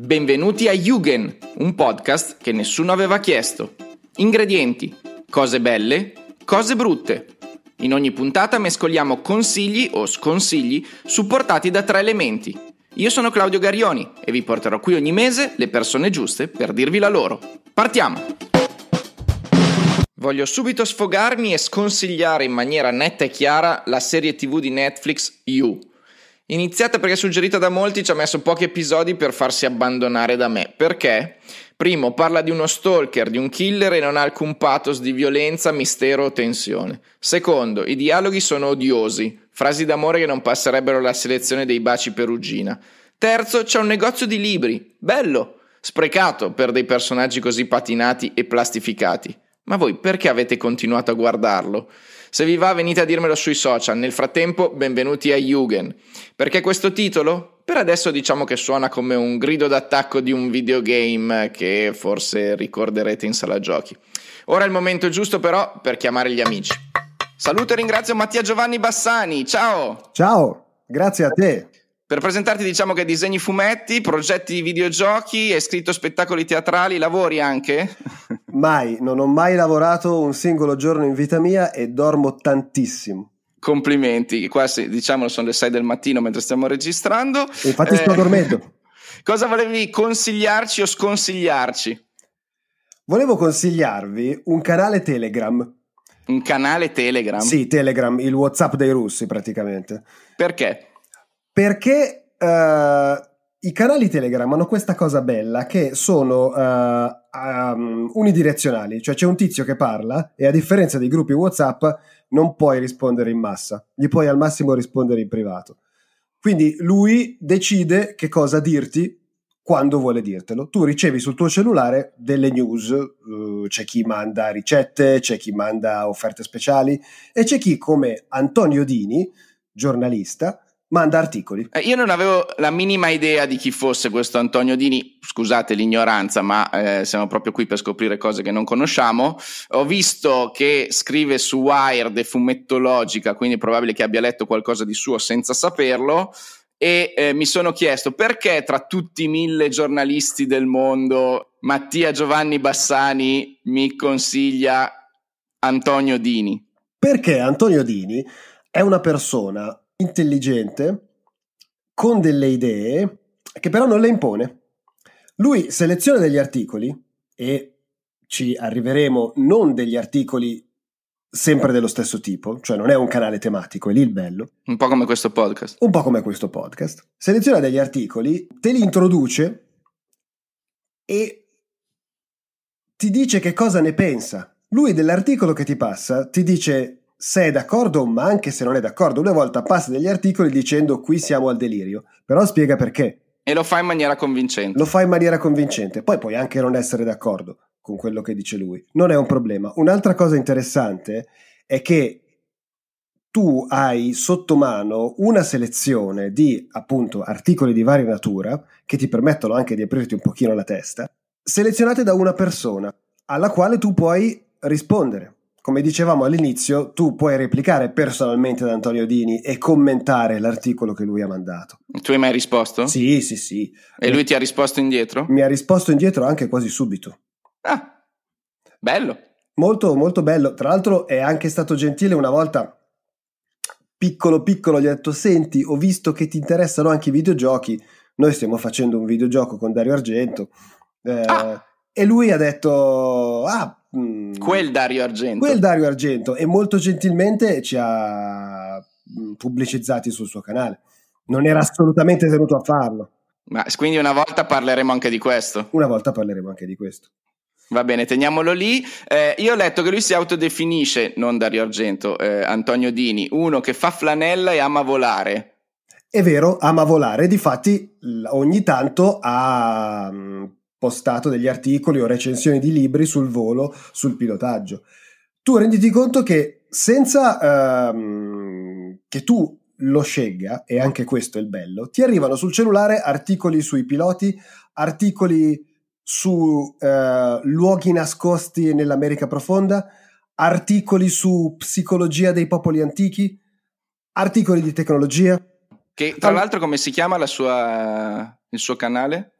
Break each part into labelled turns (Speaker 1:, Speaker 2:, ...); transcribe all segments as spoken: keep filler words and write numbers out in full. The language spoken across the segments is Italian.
Speaker 1: Benvenuti a Jugend, un podcast che nessuno aveva chiesto. Ingredienti, cose belle, cose brutte. In ogni puntata mescoliamo consigli o sconsigli supportati da tre elementi. Io sono Claudio Garioni e vi porterò qui ogni mese le persone giuste per dirvi la loro. Partiamo! Voglio subito sfogarmi e sconsigliare in maniera netta e chiara la serie tivù di Netflix You. Iniziata perché suggerita da molti, ci ha messo pochi episodi per farsi abbandonare da me. Perché? Primo, parla di uno stalker, di un killer e non ha alcun pathos di violenza, mistero o tensione. Secondo, i dialoghi sono odiosi, frasi d'amore che non passerebbero la selezione dei baci perugina. Terzo, c'è un negozio di libri, bello, sprecato per dei personaggi così patinati e plastificati. Ma voi perché avete continuato a guardarlo? Se vi va, venite a dirmelo sui social. Nel frattempo, benvenuti a Jugend. Perché questo titolo? Per adesso diciamo che suona come un grido d'attacco di un videogame che forse ricorderete in sala giochi. Ora è il momento giusto però per chiamare gli amici. Saluto e ringrazio Mattia Giovanni Bassani. Ciao!
Speaker 2: Ciao, grazie a te.
Speaker 1: Per presentarti diciamo che disegni fumetti, progetti di videogiochi, hai scritto spettacoli teatrali, lavori anche?
Speaker 2: Mai, non ho mai lavorato un singolo giorno in vita mia e dormo tantissimo.
Speaker 1: Complimenti, qua diciamo sono le sei del mattino mentre stiamo registrando.
Speaker 2: Infatti eh, sto dormendo.
Speaker 1: Cosa volevi consigliarci o sconsigliarci?
Speaker 2: Volevo consigliarvi un canale Telegram.
Speaker 1: Un canale Telegram?
Speaker 2: Sì, Telegram, il WhatsApp dei russi praticamente.
Speaker 1: Perché?
Speaker 2: Perché uh, i canali Telegram hanno questa cosa bella che sono uh, um, unidirezionali, cioè c'è un tizio che parla e a differenza dei gruppi WhatsApp non puoi rispondere in massa, gli puoi al massimo rispondere in privato. Quindi lui decide che cosa dirti quando vuole dirtelo. Tu ricevi sul tuo cellulare delle news, uh, c'è chi manda ricette, c'è chi manda offerte speciali e c'è chi come Antonio Dini, giornalista, manda articoli.
Speaker 1: Eh, io non avevo la minima idea di chi fosse questo Antonio Dini, scusate l'ignoranza, ma eh, siamo proprio qui per scoprire cose che non conosciamo. Ho visto che scrive su Wired e fumettologica, quindi è probabile che abbia letto qualcosa di suo senza saperlo, e eh, mi sono chiesto perché tra tutti i mille giornalisti del mondo Mattia Giovanni Bassani mi consiglia Antonio Dini.
Speaker 2: Perché Antonio Dini è una persona intelligente, con delle idee, che però non le impone. Lui seleziona degli articoli e ci arriveremo non degli articoli sempre dello stesso tipo, cioè non è un canale tematico, è lì il bello.
Speaker 1: Un po' come questo podcast.
Speaker 2: Un po' come questo podcast. Seleziona degli articoli, te li introduce e ti dice che cosa ne pensa. Lui dell'articolo che ti passa ti dice se è d'accordo, ma anche se non è d'accordo. Una volta passa degli articoli dicendo qui siamo al delirio, però spiega perché.
Speaker 1: E lo fa in maniera convincente.
Speaker 2: Lo fa in maniera convincente. Poi puoi anche non essere d'accordo con quello che dice lui. Non è un problema. Un'altra cosa interessante è che tu hai sotto mano una selezione di, appunto, articoli di varia natura che ti permettono anche di aprirti un pochino la testa, selezionate da una persona alla quale tu puoi rispondere. Come dicevamo all'inizio, tu puoi replicare personalmente ad Antonio Dini e commentare l'articolo che lui ha mandato.
Speaker 1: Tu hai mai risposto?
Speaker 2: Sì, sì, sì.
Speaker 1: E lui ti ha risposto indietro?
Speaker 2: Mi ha risposto indietro anche quasi subito.
Speaker 1: Ah, bello.
Speaker 2: Molto, molto bello. Tra l'altro è anche stato gentile una volta, piccolo piccolo, gli ho detto, senti, ho visto che ti interessano anche i videogiochi, noi stiamo facendo un videogioco con Dario Argento. Eh, ah. E lui ha detto, ah,
Speaker 1: quel Dario Argento
Speaker 2: quel Dario Argento e molto gentilmente ci ha pubblicizzati sul suo canale. Non era assolutamente tenuto a farlo.
Speaker 1: Ma quindi una volta parleremo anche di questo?
Speaker 2: Una volta parleremo anche di questo.
Speaker 1: Va bene, teniamolo lì. Eh, io ho letto che lui si autodefinisce, non Dario Argento, eh, Antonio Dini, uno che fa flanella e ama volare.
Speaker 2: È vero, ama volare, difatti ogni tanto ha postato degli articoli o recensioni di libri sul volo, sul pilotaggio. Tu renditi conto che senza ehm, che tu lo scelga, e anche questo è il bello, ti arrivano sul cellulare articoli sui piloti, articoli su eh, luoghi nascosti nell'America profonda, articoli su psicologia dei popoli antichi, articoli di tecnologia.
Speaker 1: Che tra l'altro come si chiama la sua, il suo canale?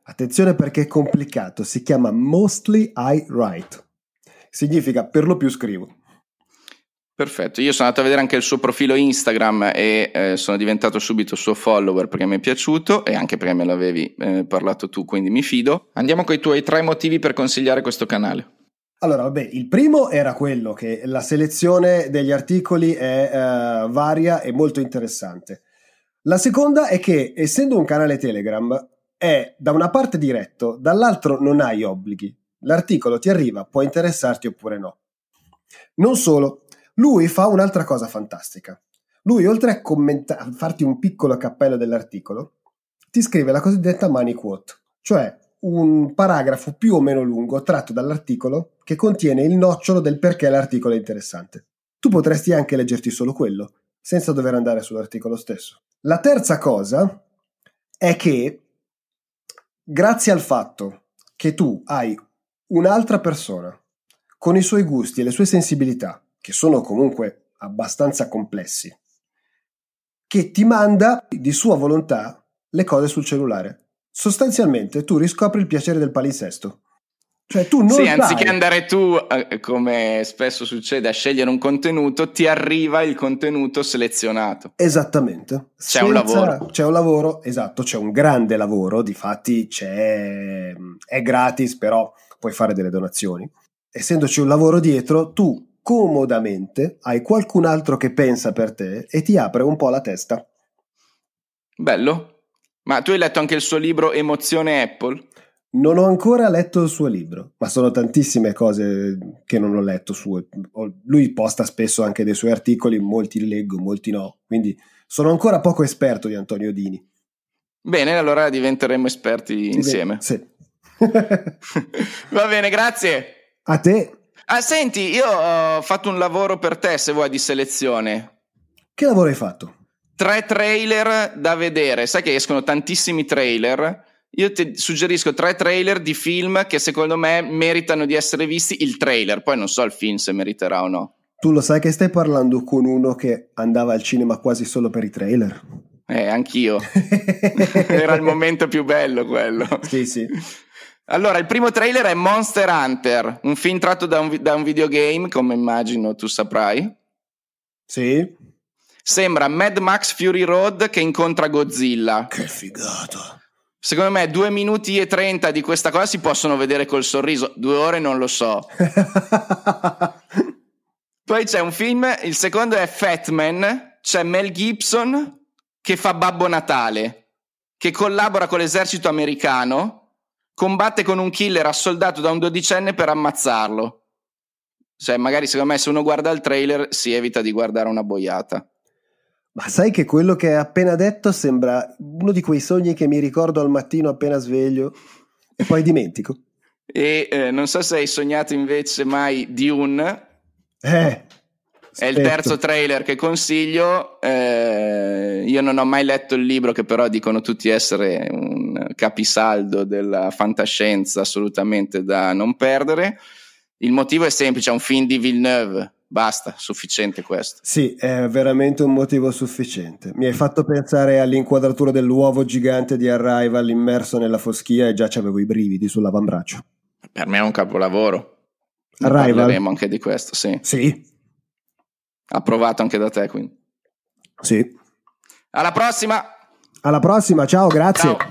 Speaker 2: Attenzione perché è complicato, si chiama Mostly I Write. Significa per lo più scrivo.
Speaker 1: Perfetto, io sono andato a vedere anche il suo profilo Instagram e eh, sono diventato subito suo follower perché mi è piaciuto e anche perché me l'avevi eh, parlato tu, quindi mi fido. Andiamo con i tuoi tre motivi per consigliare questo canale.
Speaker 2: Allora, vabbè, il primo era quello che la selezione degli articoli è uh, varia e molto interessante. La seconda è che, essendo un canale Telegram, è da una parte diretto, dall'altro non hai obblighi. L'articolo ti arriva, può interessarti oppure no. Non solo, lui fa un'altra cosa fantastica. Lui, oltre a commenta- farti un piccolo cappello dell'articolo, ti scrive la cosiddetta money quote, cioè un paragrafo più o meno lungo tratto dall'articolo che contiene il nocciolo del perché l'articolo è interessante. Tu potresti anche leggerti solo quello, senza dover andare sull'articolo stesso. La terza cosa è che, grazie al fatto che tu hai un'altra persona con i suoi gusti e le sue sensibilità, che sono comunque abbastanza complessi, che ti manda di sua volontà le cose sul cellulare. Sostanzialmente tu riscopri il piacere del palinsesto. Cioè tu non
Speaker 1: sì,
Speaker 2: sai...
Speaker 1: anziché andare tu, eh, come spesso succede, a scegliere un contenuto, ti arriva il contenuto selezionato.
Speaker 2: Esattamente.
Speaker 1: C'è
Speaker 2: Senza...
Speaker 1: un lavoro.
Speaker 2: C'è un lavoro, esatto, c'è un grande lavoro, difatti c'è... è gratis, però puoi fare delle donazioni. Essendoci un lavoro dietro, tu comodamente hai qualcun altro che pensa per te e ti apre un po' la testa.
Speaker 1: Bello. Ma tu hai letto anche il suo libro Emozione Apple?
Speaker 2: Non ho ancora letto il suo libro, ma sono tantissime cose che non ho letto sue. Lui posta spesso anche dei suoi articoli, molti li leggo, molti no, quindi sono ancora poco esperto di Antonio Dini.
Speaker 1: Bene, allora diventeremo esperti
Speaker 2: Diven-
Speaker 1: insieme.
Speaker 2: Sì.
Speaker 1: Va bene, grazie.
Speaker 2: A te.
Speaker 1: Ah, senti, io ho fatto un lavoro per te, se vuoi, di selezione.
Speaker 2: Che lavoro hai fatto?
Speaker 1: Tre trailer da vedere. Sai che escono tantissimi trailer? Io ti suggerisco tre trailer di film che secondo me meritano di essere visti. Il trailer, poi non so il film se meriterà o no.
Speaker 2: Tu lo sai che stai parlando con uno che andava al cinema quasi solo per i trailer?
Speaker 1: Eh, anch'io. Era il momento più bello quello.
Speaker 2: Sì, sì.
Speaker 1: Allora, il primo trailer è Monster Hunter, un film tratto da un, da un videogame, come immagino tu saprai.
Speaker 2: Sì.
Speaker 1: Sembra Mad Max Fury Road che incontra Godzilla.
Speaker 2: Che figata.
Speaker 1: Secondo me due minuti e trenta di questa cosa si possono vedere col sorriso. Due ore non lo so. Poi c'è un film, il secondo è Fat Man. C'è Mel Gibson che fa Babbo Natale, che collabora con l'esercito americano, combatte con un killer assoldato da un dodicenne per ammazzarlo. Cioè, magari secondo me se uno guarda il trailer si evita di guardare una boiata.
Speaker 2: Ma sai che quello che hai appena detto sembra uno di quei sogni che mi ricordo al mattino appena sveglio e poi dimentico.
Speaker 1: E eh, non so se hai sognato invece mai Dune.
Speaker 2: Eh,
Speaker 1: è il terzo trailer che consiglio. Eh, io non ho mai letto il libro, che però dicono tutti essere un capisaldo della fantascienza assolutamente da non perdere. Il motivo è semplice, è un film di Villeneuve. Basta, sufficiente questo.
Speaker 2: Sì, è veramente un motivo sufficiente. Mi hai fatto pensare all'inquadratura dell'uovo gigante di Arrival immerso nella foschia e già c'avevo i brividi sull'avambraccio.
Speaker 1: Per me è un capolavoro. Ne
Speaker 2: Arrival?
Speaker 1: Parleremo anche di questo, sì.
Speaker 2: Sì.
Speaker 1: Approvato anche da te, quindi.
Speaker 2: Sì.
Speaker 1: Alla prossima!
Speaker 2: Alla prossima, ciao, grazie.
Speaker 1: Ciao.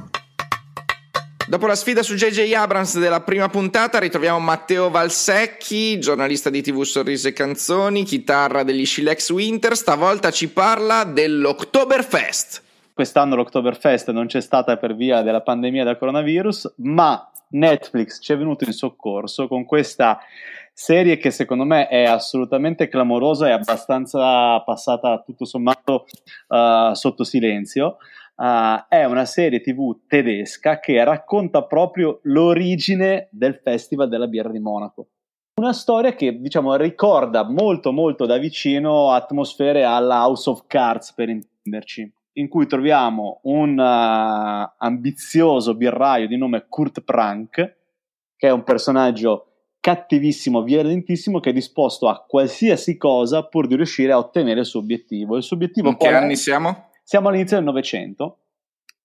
Speaker 1: Dopo la sfida su J J Abrams della prima puntata ritroviamo Matteo Valsecchi, giornalista di tivù Sorrisi e Canzoni, chitarra degli Scilex Winter. Stavolta ci parla dell'Oktoberfest.
Speaker 3: Quest'anno l'Oktoberfest non c'è stata per via della pandemia da coronavirus, ma Netflix ci è venuto in soccorso con questa serie che secondo me è assolutamente clamorosa e abbastanza passata tutto sommato uh, sotto silenzio. Uh, è una serie tivù tedesca che racconta proprio l'origine del Festival della birra di Monaco. Una storia che, diciamo, ricorda molto molto da vicino atmosfere alla House of Cards, per intenderci, in cui troviamo un uh, ambizioso birraio di nome Kurt Prank, che è un personaggio cattivissimo, violentissimo, che è disposto a qualsiasi cosa pur di riuscire a ottenere il suo obiettivo. Il suo obiettivo
Speaker 1: in che anni siamo?
Speaker 3: Siamo all'inizio del Novecento.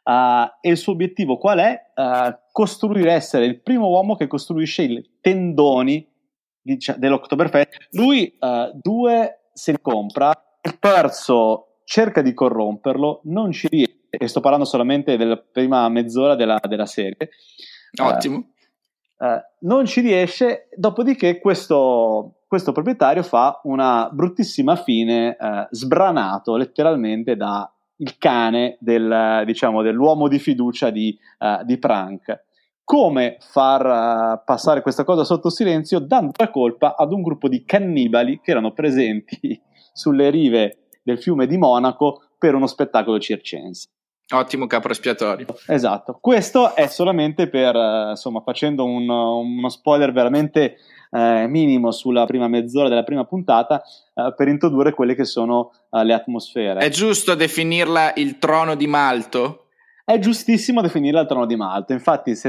Speaker 3: Uh, e il suo obiettivo qual è? Uh, costruire, essere il primo uomo che costruisce i tendoni di, dell'Oktoberfest. Lui uh, due se li compra, il terzo cerca di corromperlo, non ci riesce, e sto parlando solamente della prima mezz'ora della, della serie.
Speaker 1: Ottimo.
Speaker 3: Uh, uh, non ci riesce, dopodiché questo, questo proprietario fa una bruttissima fine, uh, sbranato letteralmente da il cane del, diciamo, dell'uomo di fiducia di, uh, di Prank. Come far uh, passare questa cosa sotto silenzio? Dando la colpa ad un gruppo di cannibali che erano presenti sulle rive del fiume di Monaco per uno spettacolo circense.
Speaker 1: Ottimo capro espiatorio.
Speaker 3: Esatto. Questo è solamente per, uh, insomma, facendo un, uno spoiler veramente Eh, minimo sulla prima mezz'ora della prima puntata, eh, per introdurre quelle che sono eh, le atmosfere.
Speaker 1: È giusto definirla il trono di Malto?
Speaker 3: È giustissimo definirla il trono di Malto. Infatti, se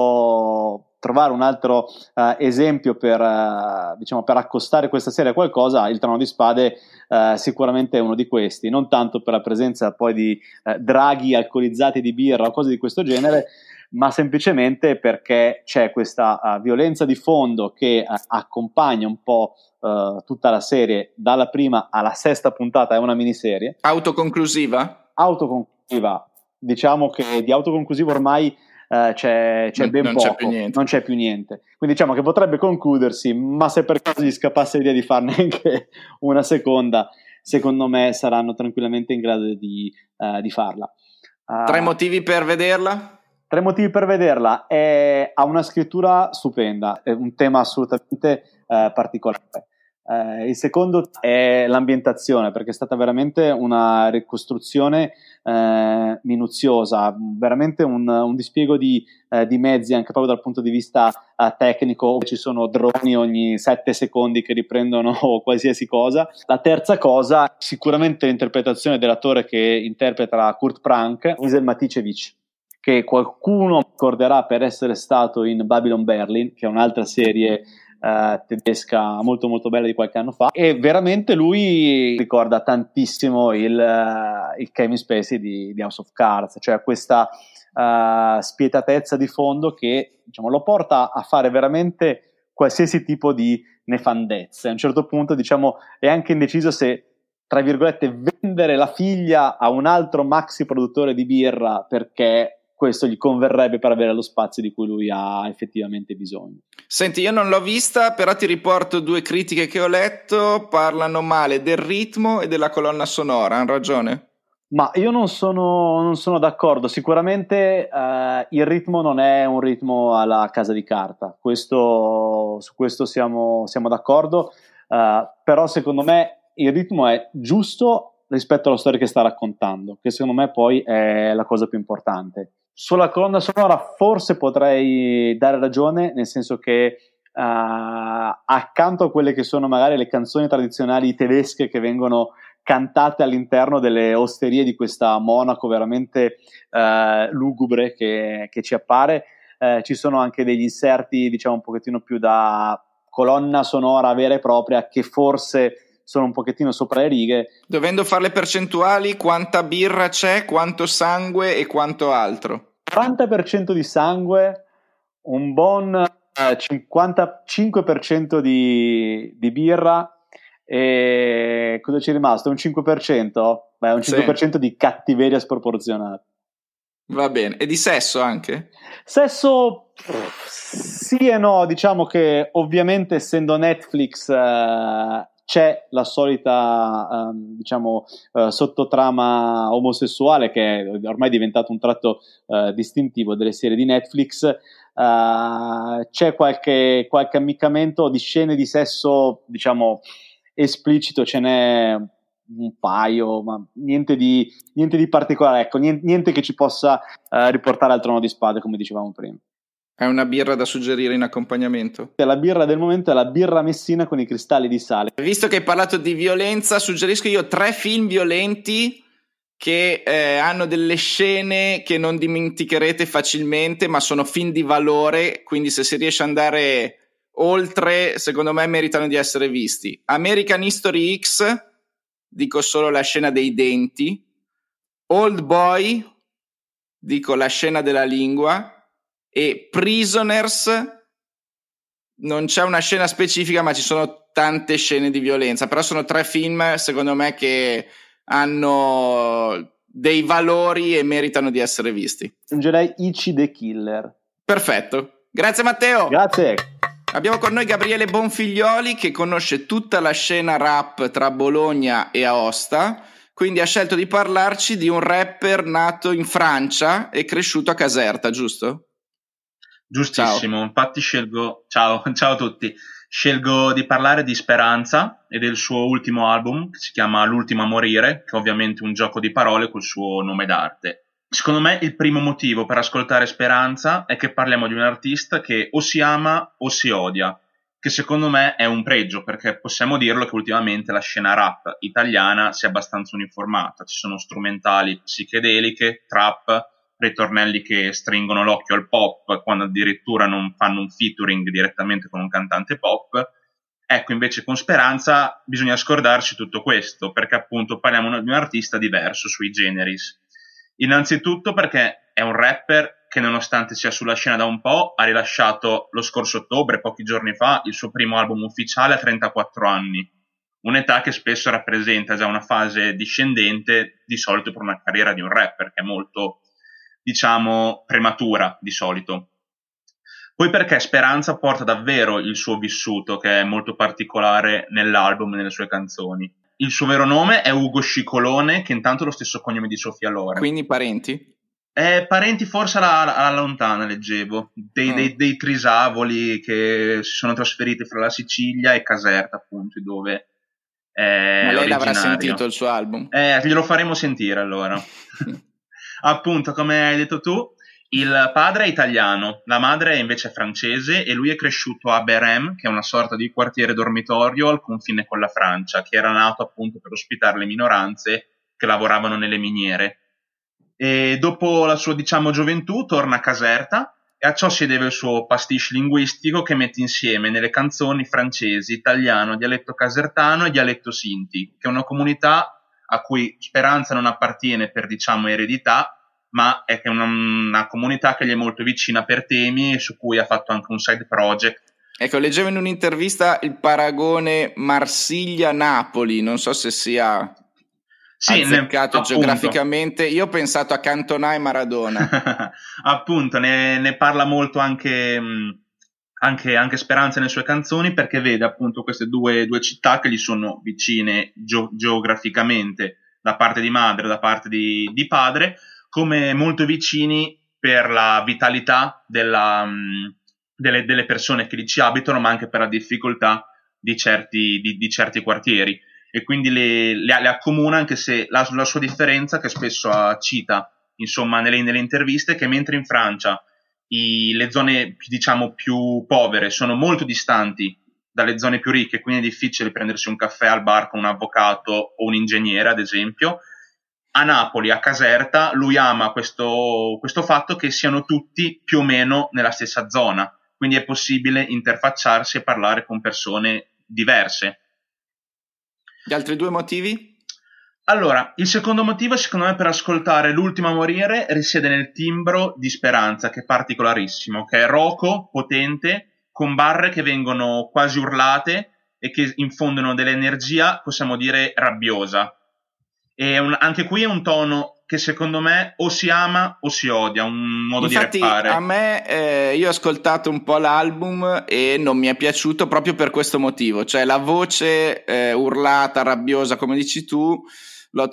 Speaker 3: devo trovare un altro eh, esempio per, eh, diciamo, per accostare questa serie a qualcosa, il Trono di Spade eh, sicuramente è uno di questi, non tanto per la presenza poi di eh, draghi alcolizzati di birra o cose di questo genere, ma semplicemente perché c'è questa uh, violenza di fondo che uh, accompagna un po' uh, tutta la serie, dalla prima alla sesta puntata. È una miniserie
Speaker 1: autoconclusiva?
Speaker 3: Autoconclusiva, diciamo che di autoconclusivo ormai uh, c'è, c'è
Speaker 1: non,
Speaker 3: ben
Speaker 1: non
Speaker 3: poco,
Speaker 1: c'è più niente.
Speaker 3: non c'è più niente, quindi diciamo che potrebbe concludersi, ma se per caso gli scappasse l'idea di farne anche una seconda, secondo me saranno tranquillamente in grado di, uh, di farla. Uh,
Speaker 1: Tre motivi per vederla?
Speaker 3: Tre motivi per vederla: è, ha una scrittura stupenda, è un tema assolutamente eh, particolare. Eh, il secondo è l'ambientazione, perché è stata veramente una ricostruzione eh, minuziosa, veramente un, un dispiego di, eh, di mezzi anche proprio dal punto di vista eh, tecnico. Ci sono droni ogni sette secondi che riprendono qualsiasi cosa. La terza cosa, sicuramente l'interpretazione dell'attore che interpreta Kurt Prank, Isel Maticevic, che qualcuno ricorderà per essere stato in Babylon Berlin, che è un'altra serie uh, tedesca molto molto bella di qualche anno fa, e veramente lui ricorda tantissimo il, uh, il Kevin Spacey di, di House of Cards, cioè questa uh, spietatezza di fondo che, diciamo, lo porta a fare veramente qualsiasi tipo di nefandezza. A un certo punto, diciamo, è anche indeciso se, tra virgolette, vendere la figlia a un altro maxi produttore di birra perché questo gli converrebbe per avere lo spazio di cui lui ha effettivamente bisogno.
Speaker 1: Senti, io non l'ho vista, però ti riporto due critiche che ho letto, parlano male del ritmo e della colonna sonora, hanno ragione?
Speaker 3: Ma io non sono, non sono d'accordo, sicuramente eh, il ritmo non è un ritmo alla Casa di Carta, questo, su questo siamo, siamo d'accordo, eh, però secondo me il ritmo è giusto rispetto alla storia che sta raccontando, che secondo me poi è la cosa più importante. Sulla colonna sonora forse potrei dare ragione, nel senso che uh, accanto a quelle che sono magari le canzoni tradizionali tedesche che vengono cantate all'interno delle osterie di questa Monaco veramente uh, lugubre che, che ci appare, uh, ci sono anche degli inserti, diciamo, un pochettino più da colonna sonora vera e propria, che forse sono un pochettino sopra le righe.
Speaker 1: Dovendo fare le percentuali, quanta birra c'è, quanto sangue e quanto altro?
Speaker 3: quaranta per cento di sangue, un buon eh, cinquantacinque per cento di, di birra, e cosa ci è rimasto? Un cinque per cento? Beh, un cinque per cento sì, di cattiveria sproporzionata.
Speaker 1: Va bene. E di sesso anche?
Speaker 3: Sesso sì e no, diciamo che ovviamente essendo Netflix eh, c'è la solita um, diciamo uh, sottotrama omosessuale che è ormai diventato un tratto uh, distintivo delle serie di Netflix. Uh, c'è qualche, qualche ammiccamento di scene di sesso, diciamo, esplicito, ce n'è un paio, ma niente di, niente di particolare, ecco, niente, niente che ci possa uh, riportare al Trono di Spade, come dicevamo prima.
Speaker 1: È una birra da suggerire in accompagnamento?
Speaker 3: La birra del momento è la birra messina con i cristalli di sale.
Speaker 1: Visto che hai parlato di violenza, suggerisco io tre film violenti che eh, hanno delle scene che non dimenticherete facilmente, ma sono film di valore, quindi se si riesce ad andare oltre, secondo me meritano di essere visti. American History X, dico solo la scena dei denti. Old Boy dico La scena della lingua, e Prisoners non c'è una scena specifica, ma ci sono tante scene di violenza, però sono tre film secondo me che hanno dei valori e meritano di essere visti.
Speaker 3: Aggiungerei Ichi the Killer.
Speaker 1: Perfetto, grazie Matteo.
Speaker 3: Grazie.
Speaker 1: Abbiamo con noi Gabriele Bonfiglioli, che conosce tutta la scena rap tra Bologna e Aosta, quindi ha scelto di parlarci di un rapper nato in Francia e cresciuto a Caserta, giusto?
Speaker 4: Giustissimo, ciao. Infatti scelgo, ciao, ciao a tutti, scelgo di parlare di Speranza e del suo ultimo album, che si chiama L'ultimo a morire, che è ovviamente un gioco di parole col suo nome d'arte. Secondo me il primo motivo per ascoltare Speranza è che parliamo di un artista che o si ama o si odia, che secondo me è un pregio, perché possiamo dirlo che ultimamente la scena rap italiana si è abbastanza uniformata, ci sono strumentali psichedeliche, trap, ritornelli che stringono l'occhio al pop, quando addirittura non fanno un featuring direttamente con un cantante pop. Ecco, invece con Speranza bisogna scordarci tutto questo, perché appunto parliamo di un artista diverso sui generis. Innanzitutto perché è un rapper che, nonostante sia sulla scena da un po', ha rilasciato lo scorso ottobre, pochi giorni fa, il suo primo album ufficiale a trentaquattro anni, un'età che spesso rappresenta già una fase discendente di solito per una carriera di un rapper, che è molto, diciamo, prematura di solito. Poi perché Speranza porta davvero il suo vissuto, che è molto particolare nell'album e nelle sue canzoni. Il suo vero nome è Ugo Scicolone, che intanto è lo stesso cognome di Sofia Loren.
Speaker 1: Quindi parenti?
Speaker 4: Eh, parenti forse alla, alla lontana, leggevo, dei, mm. dei, dei Trisavoli che si sono trasferiti fra la Sicilia e Caserta, appunto, dove è
Speaker 1: Ma lei
Speaker 4: originario.
Speaker 1: L'avrà sentito il suo album?
Speaker 4: Eh, glielo faremo sentire allora. Appunto, come hai detto tu, il padre è italiano, la madre è invece francese e lui è cresciuto a Bérem, che è una sorta di quartiere dormitorio al confine con la Francia, che era nato appunto per ospitare le minoranze che lavoravano nelle miniere. E dopo la sua, diciamo, gioventù torna a Caserta, e a ciò si deve il suo pastiche linguistico che mette insieme nelle canzoni francesi, italiano, dialetto casertano e dialetto sinti, che è una comunità a cui Speranza non appartiene per, diciamo, eredità, ma è che una, una comunità che gli è molto vicina per temi e su cui ha fatto anche un side project.
Speaker 1: Ecco, leggevo in un'intervista il paragone Marsiglia-Napoli, non so se sia sì, azzeccato ne, geograficamente. Io ho pensato a Cantona e Maradona.
Speaker 4: Appunto, ne, ne parla molto anche, anche, anche Speranza nelle sue canzoni, perché vede appunto queste due, due città che gli sono vicine geo, geograficamente, da parte di madre e da parte di, di padre, come molto vicini per la vitalità della, um, delle, delle persone che lì ci abitano, ma anche per la difficoltà di certi, di, di certi quartieri. E quindi le, le, le accomuna, anche se la, la sua differenza, che spesso uh, cita insomma nelle, nelle interviste, che mentre in Francia i, le zone, diciamo, più povere sono molto distanti dalle zone più ricche, quindi è difficile prendersi un caffè al bar con un avvocato o un ingegnere, ad esempio. A Napoli, a Caserta, lui ama questo, questo fatto che siano tutti più o meno nella stessa zona, quindi è possibile interfacciarsi e parlare con persone diverse.
Speaker 1: Gli altri due motivi?
Speaker 4: Allora, il secondo motivo, secondo me, per ascoltare L'ultimo a morire risiede nel timbro di Speranza, che è particolarissimo, che è roco, potente, con barre che vengono quasi urlate e che infondono dell'energia, possiamo dire, rabbiosa. E un, anche qui è un tono che secondo me o si ama o si odia, un modo
Speaker 1: Infatti,
Speaker 4: di rappare.
Speaker 1: A me, eh, io ho ascoltato un po' l'album e non mi è piaciuto proprio per questo motivo, cioè la voce eh, urlata, rabbiosa, come dici tu, l'ho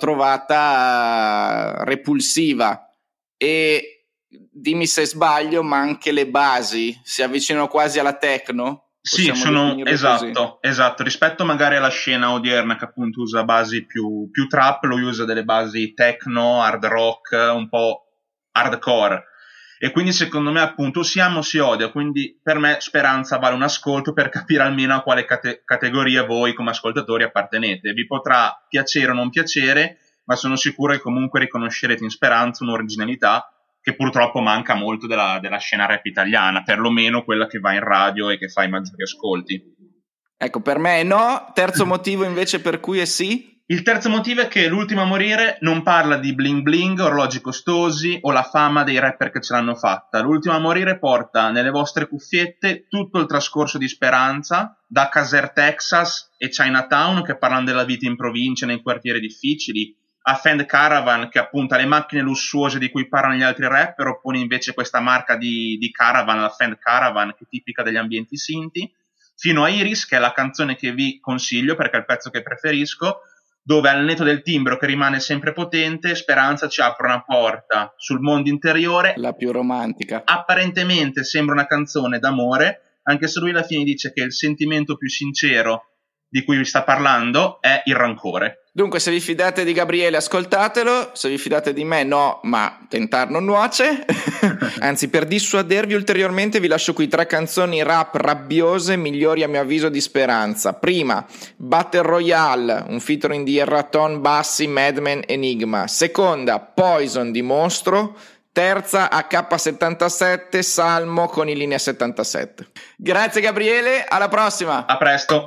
Speaker 1: trovata repulsiva, e dimmi se sbaglio, ma anche le basi si avvicinano quasi alla techno.
Speaker 4: Sì, sono esatto,
Speaker 1: così.
Speaker 4: esatto, rispetto magari alla scena odierna che appunto usa basi più, più trap, lui usa delle basi techno, hard rock, un po' hardcore, e quindi secondo me appunto si ama o si odia, quindi per me Speranza vale un ascolto per capire almeno a quale cate- categoria voi come ascoltatori appartenete. Vi potrà piacere o non piacere, ma sono sicuro che comunque riconoscerete in Speranza un'originalità che purtroppo manca molto della, della scena rap italiana, perlomeno quella che va in radio e che fa i maggiori ascolti.
Speaker 1: Ecco, per me è no. Terzo motivo invece per cui è sì?
Speaker 4: Il terzo motivo è che L'ultimo a morire non parla di bling bling, orologi costosi o la fama dei rapper che ce l'hanno fatta. L'ultimo a morire porta nelle vostre cuffiette tutto il trascorso di Speranza, da Caser, Texas e Chinatown, che parlano della vita in provincia, nei quartieri difficili, a Fend Caravan, che appunta le macchine lussuose di cui parlano gli altri rapper, oppone invece questa marca di, di Caravan, la Fend Caravan, che è tipica degli ambienti sinti, fino a Iris, che è la canzone che vi consiglio perché è il pezzo che preferisco, dove al netto del timbro che rimane sempre potente, Speranza ci apre una porta sul mondo interiore.
Speaker 1: La più romantica.
Speaker 4: Apparentemente sembra una canzone d'amore, anche se lui alla fine dice che il sentimento più sincero di cui vi sta parlando è il rancore.
Speaker 1: Dunque, se vi fidate di Gabriele, ascoltatelo. Se vi fidate di me, no, ma tentar non nuoce. Anzi, per dissuadervi ulteriormente, vi lascio qui tre canzoni rap rabbiose migliori a mio avviso di Speranza. Prima, Battle Royale, un featuring di Erraton, Bassi, Madman, Enigma. Seconda, Poison di Mostro. Terza, A K settantasette, Salmo con i Linea settantasette. Grazie Gabriele, alla prossima.
Speaker 4: A presto.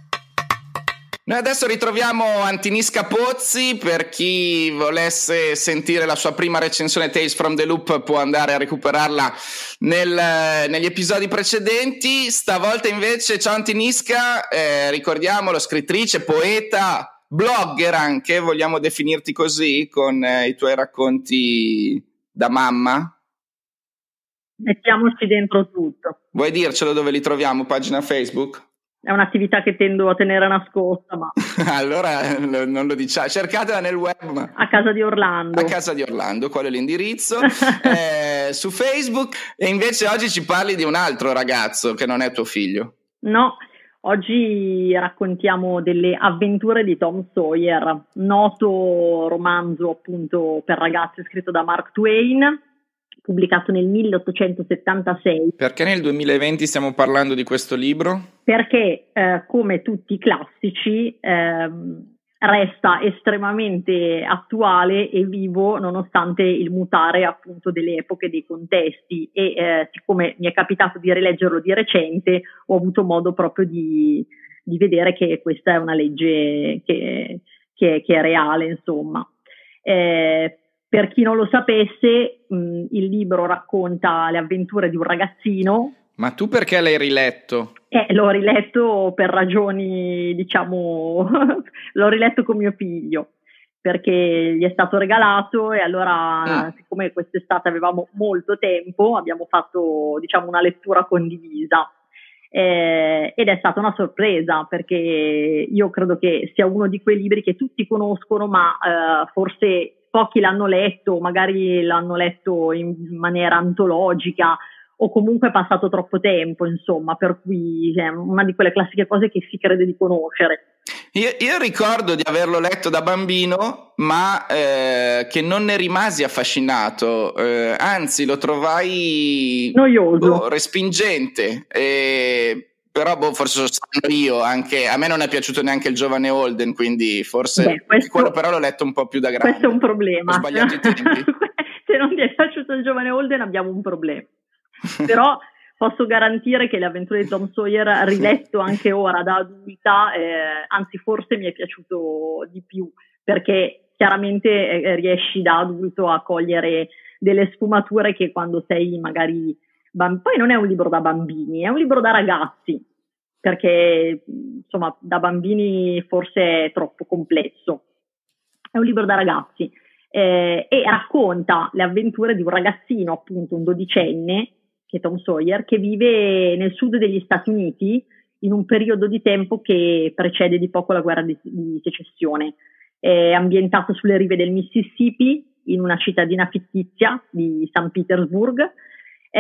Speaker 1: Noi adesso ritroviamo Antinisca Pozzi. Per chi volesse sentire la sua prima recensione Tales from the Loop può andare a recuperarla nel, negli episodi precedenti. Stavolta invece, ciao Antinisca, eh, ricordiamolo, scrittrice, poeta, blogger anche, vogliamo definirti così, con eh, i tuoi racconti da mamma?
Speaker 5: Mettiamoci dentro tutto.
Speaker 1: Vuoi dircelo dove li troviamo? Pagina Facebook?
Speaker 5: È un'attività che tendo a tenere nascosta, ma
Speaker 1: allora non lo diciamo, cercatela nel web. Ma...
Speaker 5: a casa di Orlando.
Speaker 1: A casa di Orlando, qual è l'indirizzo? eh, su Facebook. E invece oggi ci parli di un altro ragazzo che non è tuo figlio.
Speaker 5: No, oggi raccontiamo delle avventure di Tom Sawyer, noto romanzo appunto per ragazzi scritto da Mark Twain, pubblicato nel milleottocentosettantasei.
Speaker 1: Perché nel duemilaventi stiamo parlando di questo libro?
Speaker 5: Perché, eh, come tutti i classici, eh, resta estremamente attuale e vivo nonostante il mutare appunto delle epoche, dei contesti, e eh, siccome mi è capitato di rileggerlo di recente, ho avuto modo proprio di, di vedere che questa è una legge che, che, che è reale, insomma. Eh, Per chi non lo sapesse, mh, il libro racconta le avventure di un ragazzino.
Speaker 1: Ma tu perché l'hai riletto?
Speaker 5: Eh, l'ho riletto per ragioni, diciamo, l'ho riletto con mio figlio, perché gli è stato regalato e allora, mm. siccome quest'estate avevamo molto tempo, abbiamo fatto, diciamo, una lettura condivisa. Eh, ed è stata una sorpresa, perché io credo che sia uno di quei libri che tutti conoscono, ma eh, forse pochi l'hanno letto, magari l'hanno letto in maniera antologica o comunque è passato troppo tempo, insomma, per cui è una di quelle classiche cose che si crede di conoscere.
Speaker 1: Io, io ricordo di averlo letto da bambino, ma eh, che non ne rimasi affascinato, eh, anzi lo trovai
Speaker 5: noioso,
Speaker 1: boh, respingente. E... Però boh, forse lo sanno io, anche a me non è piaciuto neanche il giovane Holden, quindi forse
Speaker 5: Beh, questo,
Speaker 1: quello però l'ho letto un po' più da grande.
Speaker 5: Questo è un problema.
Speaker 1: Ho sbagliato i tempi.
Speaker 5: Se non ti è piaciuto il giovane Holden abbiamo un problema. Però posso garantire che le avventure di Tom Sawyer, riletto anche ora da adulta, eh, anzi forse mi è piaciuto di più, perché chiaramente eh, riesci da adulto a cogliere delle sfumature che quando sei magari... Poi non è un libro da bambini, è un libro da ragazzi, perché insomma da bambini forse è troppo complesso. È un libro da ragazzi eh, e racconta le avventure di un ragazzino, appunto un dodicenne, che è Tom Sawyer, che vive nel sud degli Stati Uniti in un periodo di tempo che precede di poco la guerra di, di secessione. È ambientato sulle rive del Mississippi, in una cittadina fittizia di San Petersburg, Eh,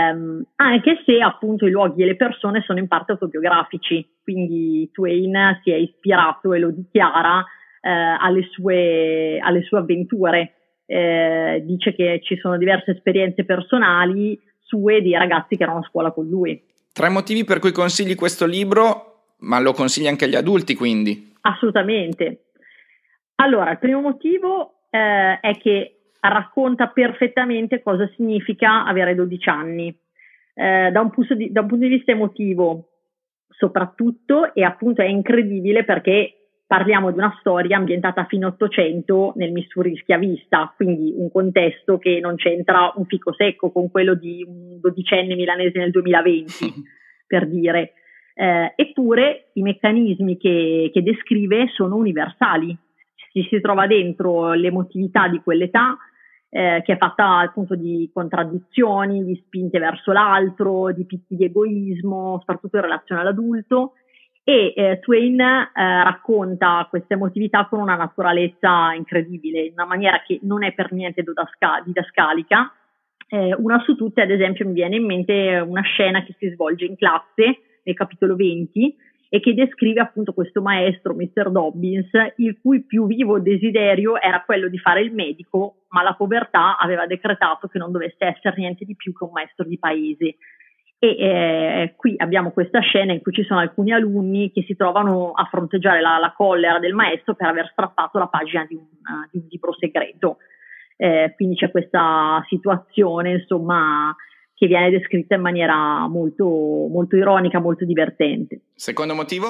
Speaker 5: anche se appunto i luoghi e le persone sono in parte autobiografici, quindi Twain si è ispirato e lo dichiara eh, alle sue, alle sue avventure, eh, dice che ci sono diverse esperienze personali sue di ragazzi che erano a scuola con lui.
Speaker 1: Tre motivi per cui consigli questo libro, ma lo consigli anche agli adulti quindi?
Speaker 5: Assolutamente. Allora, il primo motivo eh, è che racconta perfettamente cosa significa avere dodici anni, eh, da, un punto di, da un punto di vista emotivo soprattutto, e appunto è incredibile perché parliamo di una storia ambientata a fine Ottocento nel Missouri schiavista, quindi un contesto che non c'entra un fico secco con quello di un dodicenne milanese nel duemilaventi, per dire. Eh, eppure i meccanismi che, che descrive sono universali. Ci si trova dentro l'emotività di quell'età, eh, che è fatta appunto di contraddizioni, di spinte verso l'altro, di picchi di egoismo, soprattutto in relazione all'adulto. E eh, Twain eh, racconta questa emotività con una naturalezza incredibile, in una maniera che non è per niente didasca- didascalica. Eh, una su tutte, ad esempio, mi viene in mente una scena che si svolge in classe nel capitolo venti e che descrive appunto questo maestro, mister Dobbins, il cui più vivo desiderio era quello di fare il medico, ma la povertà aveva decretato che non dovesse essere niente di più che un maestro di paese. E eh, qui abbiamo questa scena in cui ci sono alcuni alunni che si trovano a fronteggiare la, la collera del maestro per aver strappato la pagina di un, uh, di un libro segreto. Eh, quindi c'è questa situazione, insomma, che viene descritta in maniera molto, molto ironica, molto divertente.
Speaker 1: Secondo motivo?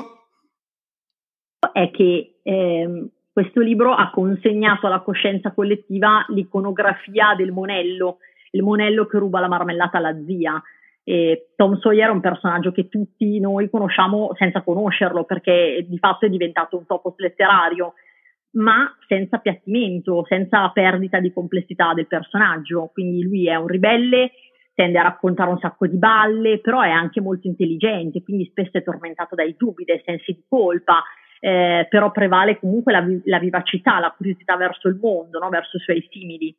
Speaker 5: È che eh, questo libro ha consegnato alla coscienza collettiva l'iconografia del monello, il monello che ruba la marmellata alla zia. E Tom Sawyer è un personaggio che tutti noi conosciamo senza conoscerlo, perché di fatto è diventato un topos letterario, ma senza appiattimento, senza perdita di complessità del personaggio. Quindi lui è un ribelle, tende a raccontare un sacco di balle, però è anche molto intelligente, quindi spesso è tormentato dai dubbi, dai sensi di colpa, eh, però prevale comunque la, la vivacità, la curiosità verso il mondo, no? Verso i suoi simili.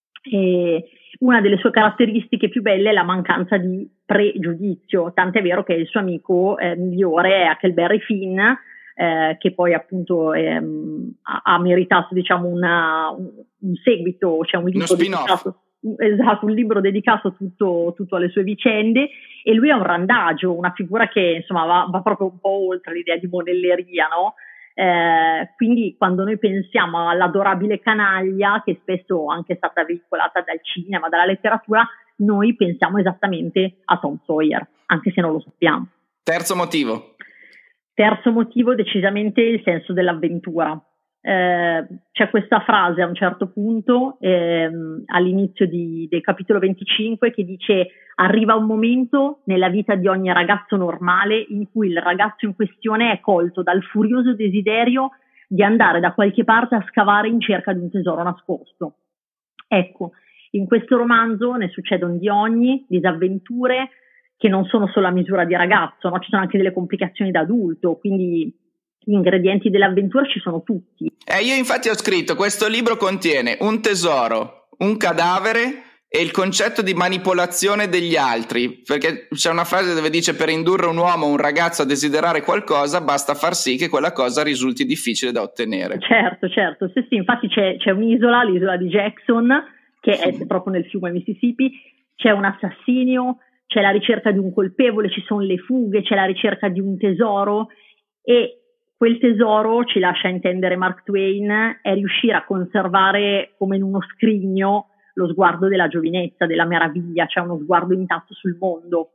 Speaker 5: E una delle sue caratteristiche più belle è la mancanza di pregiudizio, tant'è vero che il suo amico eh, migliore è Huckleberry Finn, eh, che poi appunto ehm, ha, ha meritato, diciamo, una, un, un seguito, cioè un libro dedicato, esatto, un libro dedicato tutto, tutto alle sue vicende, e lui è un randagio, una figura che insomma va, va proprio un po' oltre l'idea di monelleria, no? Eh, quindi quando noi pensiamo all'adorabile canaglia, che spesso anche è stata veicolata dal cinema, dalla letteratura, noi pensiamo esattamente a Tom Sawyer, anche se non lo sappiamo.
Speaker 1: Terzo motivo.
Speaker 5: Terzo motivo, decisamente il senso dell'avventura. Eh, c'è questa frase a un certo punto ehm, all'inizio di, del capitolo venticinque che dice: arriva un momento nella vita di ogni ragazzo normale in cui il ragazzo in questione è colto dal furioso desiderio di andare da qualche parte a scavare in cerca di un tesoro nascosto. Ecco, in questo romanzo ne succedono di ogni, disavventure che non sono solo a misura di ragazzo, no? Ci sono anche delle complicazioni da adulto, quindi gli ingredienti dell'avventura ci sono tutti.
Speaker 1: Eh, io infatti ho scritto: questo libro contiene un tesoro, un cadavere e il concetto di manipolazione degli altri, perché c'è una frase dove dice: per indurre un uomo o un ragazzo a desiderare qualcosa basta far sì che quella cosa risulti difficile da ottenere.
Speaker 5: Certo, certo, sì, sì, infatti c'è, c'è un'isola, l'isola di Jackson, che è proprio nel fiume Mississippi, c'è un assassinio, c'è la ricerca di un colpevole, ci sono le fughe, c'è la ricerca di un tesoro, e quel tesoro, ci lascia intendere Mark Twain, è riuscire a conservare come in uno scrigno lo sguardo della giovinezza, della meraviglia, c'è uno sguardo intatto sul mondo.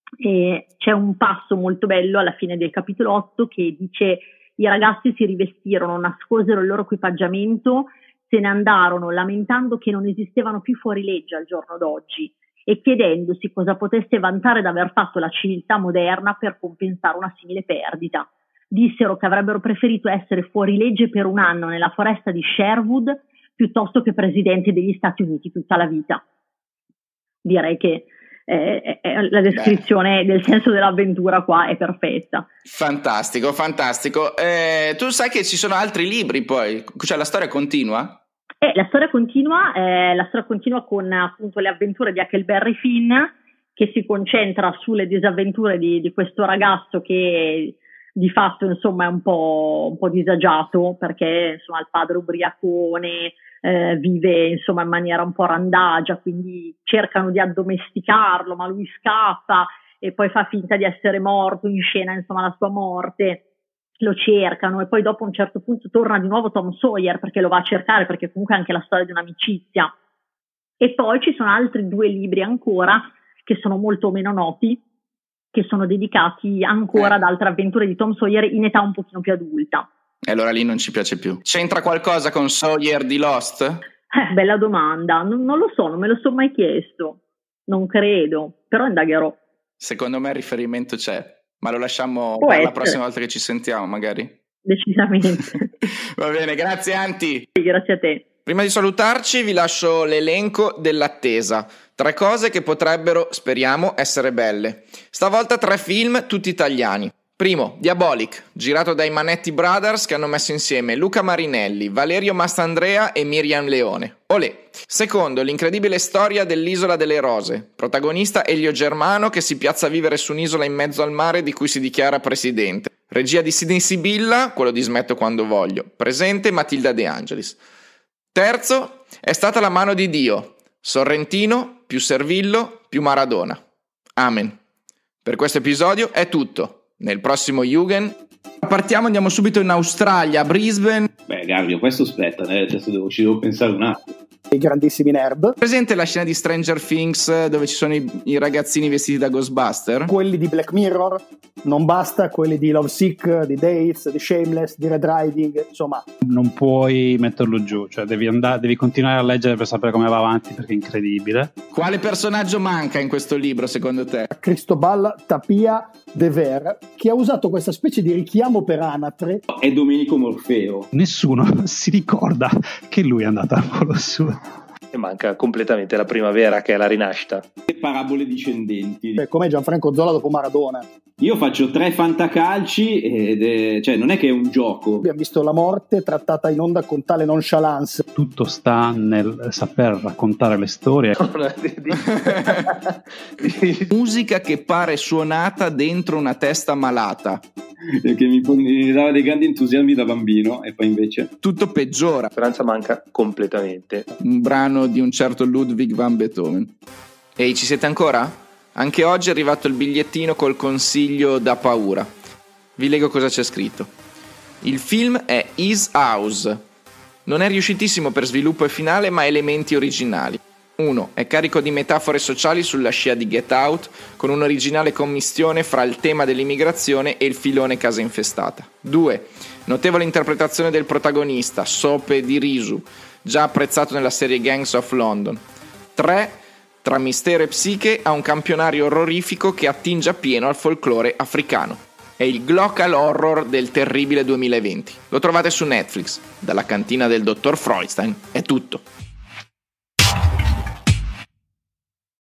Speaker 5: E c'è un passo molto bello alla fine del capitolo otto che dice: i ragazzi si rivestirono, nascosero il loro equipaggiamento, se ne andarono lamentando che non esistevano più fuorilegge al giorno d'oggi e chiedendosi cosa potesse vantare d'aver fatto la civiltà moderna per compensare una simile perdita. Dissero che avrebbero preferito essere fuorilegge per un anno nella foresta di Sherwood piuttosto che presidenti degli Stati Uniti tutta la vita. Direi che eh, eh, la descrizione Beh. del senso dell'avventura qua è perfetta.
Speaker 1: Fantastico, fantastico. Eh, tu sai che ci sono altri libri poi, cioè la storia continua?
Speaker 5: Eh, la storia continua, eh, la storia continua con appunto le avventure di Huckleberry Finn, che si concentra sulle disavventure di, di questo ragazzo che di fatto insomma è un po', un po' disagiato, perché insomma il padre ubriacone, eh, vive insomma in maniera un po' randagia, quindi cercano di addomesticarlo, ma lui scappa e poi fa finta di essere morto, in scena insomma la sua morte, lo cercano e poi dopo a un certo punto torna di nuovo Tom Sawyer perché lo va a cercare, perché comunque è anche la storia di un'amicizia. E poi ci sono altri due libri ancora che sono molto meno noti, che sono dedicati ancora ad altre avventure di Tom Sawyer in età un pochino più adulta.
Speaker 1: E allora lì non ci piace più. C'entra qualcosa con Sawyer di Lost?
Speaker 5: Eh, bella domanda, non, non lo so, non me lo sono mai chiesto, non credo, però indagherò.
Speaker 1: Secondo me il riferimento c'è, ma lo lasciamo
Speaker 5: Può
Speaker 1: per
Speaker 5: essere.
Speaker 1: la prossima volta che ci sentiamo magari.
Speaker 5: Decisamente.
Speaker 1: Va bene, grazie Anti.
Speaker 5: Grazie a te.
Speaker 1: Prima di salutarci vi lascio l'elenco dell'attesa. Tre cose che potrebbero, speriamo, essere belle. Stavolta tre film tutti italiani. Primo, Diabolic, girato dai Manetti Brothers che hanno messo insieme Luca Marinelli, Valerio Mastandrea e Miriam Leone. Olè. Secondo, l'incredibile storia dell'Isola delle Rose. Protagonista Elio Germano che si piazza a vivere su un'isola in mezzo al mare di cui si dichiara presidente. Regia di Sidney Sibilla, quello di Smetto quando voglio. Presente Matilda De Angelis. Terzo, È stata la mano di Dio. Sorrentino più Servillo più Maradona. Amen. Per questo episodio è tutto. Nel prossimo Jugend partiamo, andiamo subito in Australia, a Brisbane.
Speaker 6: Beh, Gabrio, questo aspetta, eh, adesso devo, ci devo pensare un attimo.
Speaker 7: I grandissimi nerd.
Speaker 1: Presente la scena di Stranger Things dove ci sono i, i ragazzini vestiti da Ghostbuster?
Speaker 7: Quelli di Black Mirror, non basta, quelli di Love Sick, di Dates, di Shameless, di Red Riding, insomma.
Speaker 8: Non puoi metterlo giù, cioè devi andare, devi continuare a leggere per sapere come va avanti perché è incredibile.
Speaker 1: Quale personaggio manca in questo libro secondo te?
Speaker 7: Cristobal Tapia de Ver, che ha usato questa specie di richiamo per anatre.
Speaker 6: È Domenico Morfeo.
Speaker 8: Nessuno si ricorda che lui è andato al Polo Sud.
Speaker 9: E manca completamente la primavera, che è la rinascita.
Speaker 6: Le parabole discendenti.
Speaker 7: Cioè, come Gianfranco Zola dopo Maradona.
Speaker 6: Io faccio tre fantacalci ed è, cioè non è che è un gioco.
Speaker 7: Abbiamo visto la morte trattata in onda con tale nonchalance.
Speaker 8: Tutto sta nel saper raccontare le storie.
Speaker 1: Musica che pare suonata dentro una testa malata.
Speaker 6: Che mi, mi dava dei grandi entusiasmi da bambino e poi invece
Speaker 1: tutto peggiora.
Speaker 9: La speranza manca completamente.
Speaker 1: Un brano di un certo Ludwig van Beethoven. Ehi, ci siete ancora? Anche oggi è arrivato il bigliettino col consiglio da paura. Vi leggo cosa c'è scritto. Il film è His House. Non è riuscitissimo per sviluppo e finale, ma ha elementi originali. uno. È carico di metafore sociali sulla scia di Get Out, con un'originale commistione fra il tema dell'immigrazione e il filone Casa Infestata. due. Notevole interpretazione del protagonista, Sope Dirisu, già apprezzato nella serie Gangs of London. tre. Tra mistero e psiche ha un campionario orrorifico che attinge appieno al folklore africano. È il Glocal Horror del terribile duemilaventi. Lo trovate su Netflix. Dalla cantina del dottor Freudstein è tutto.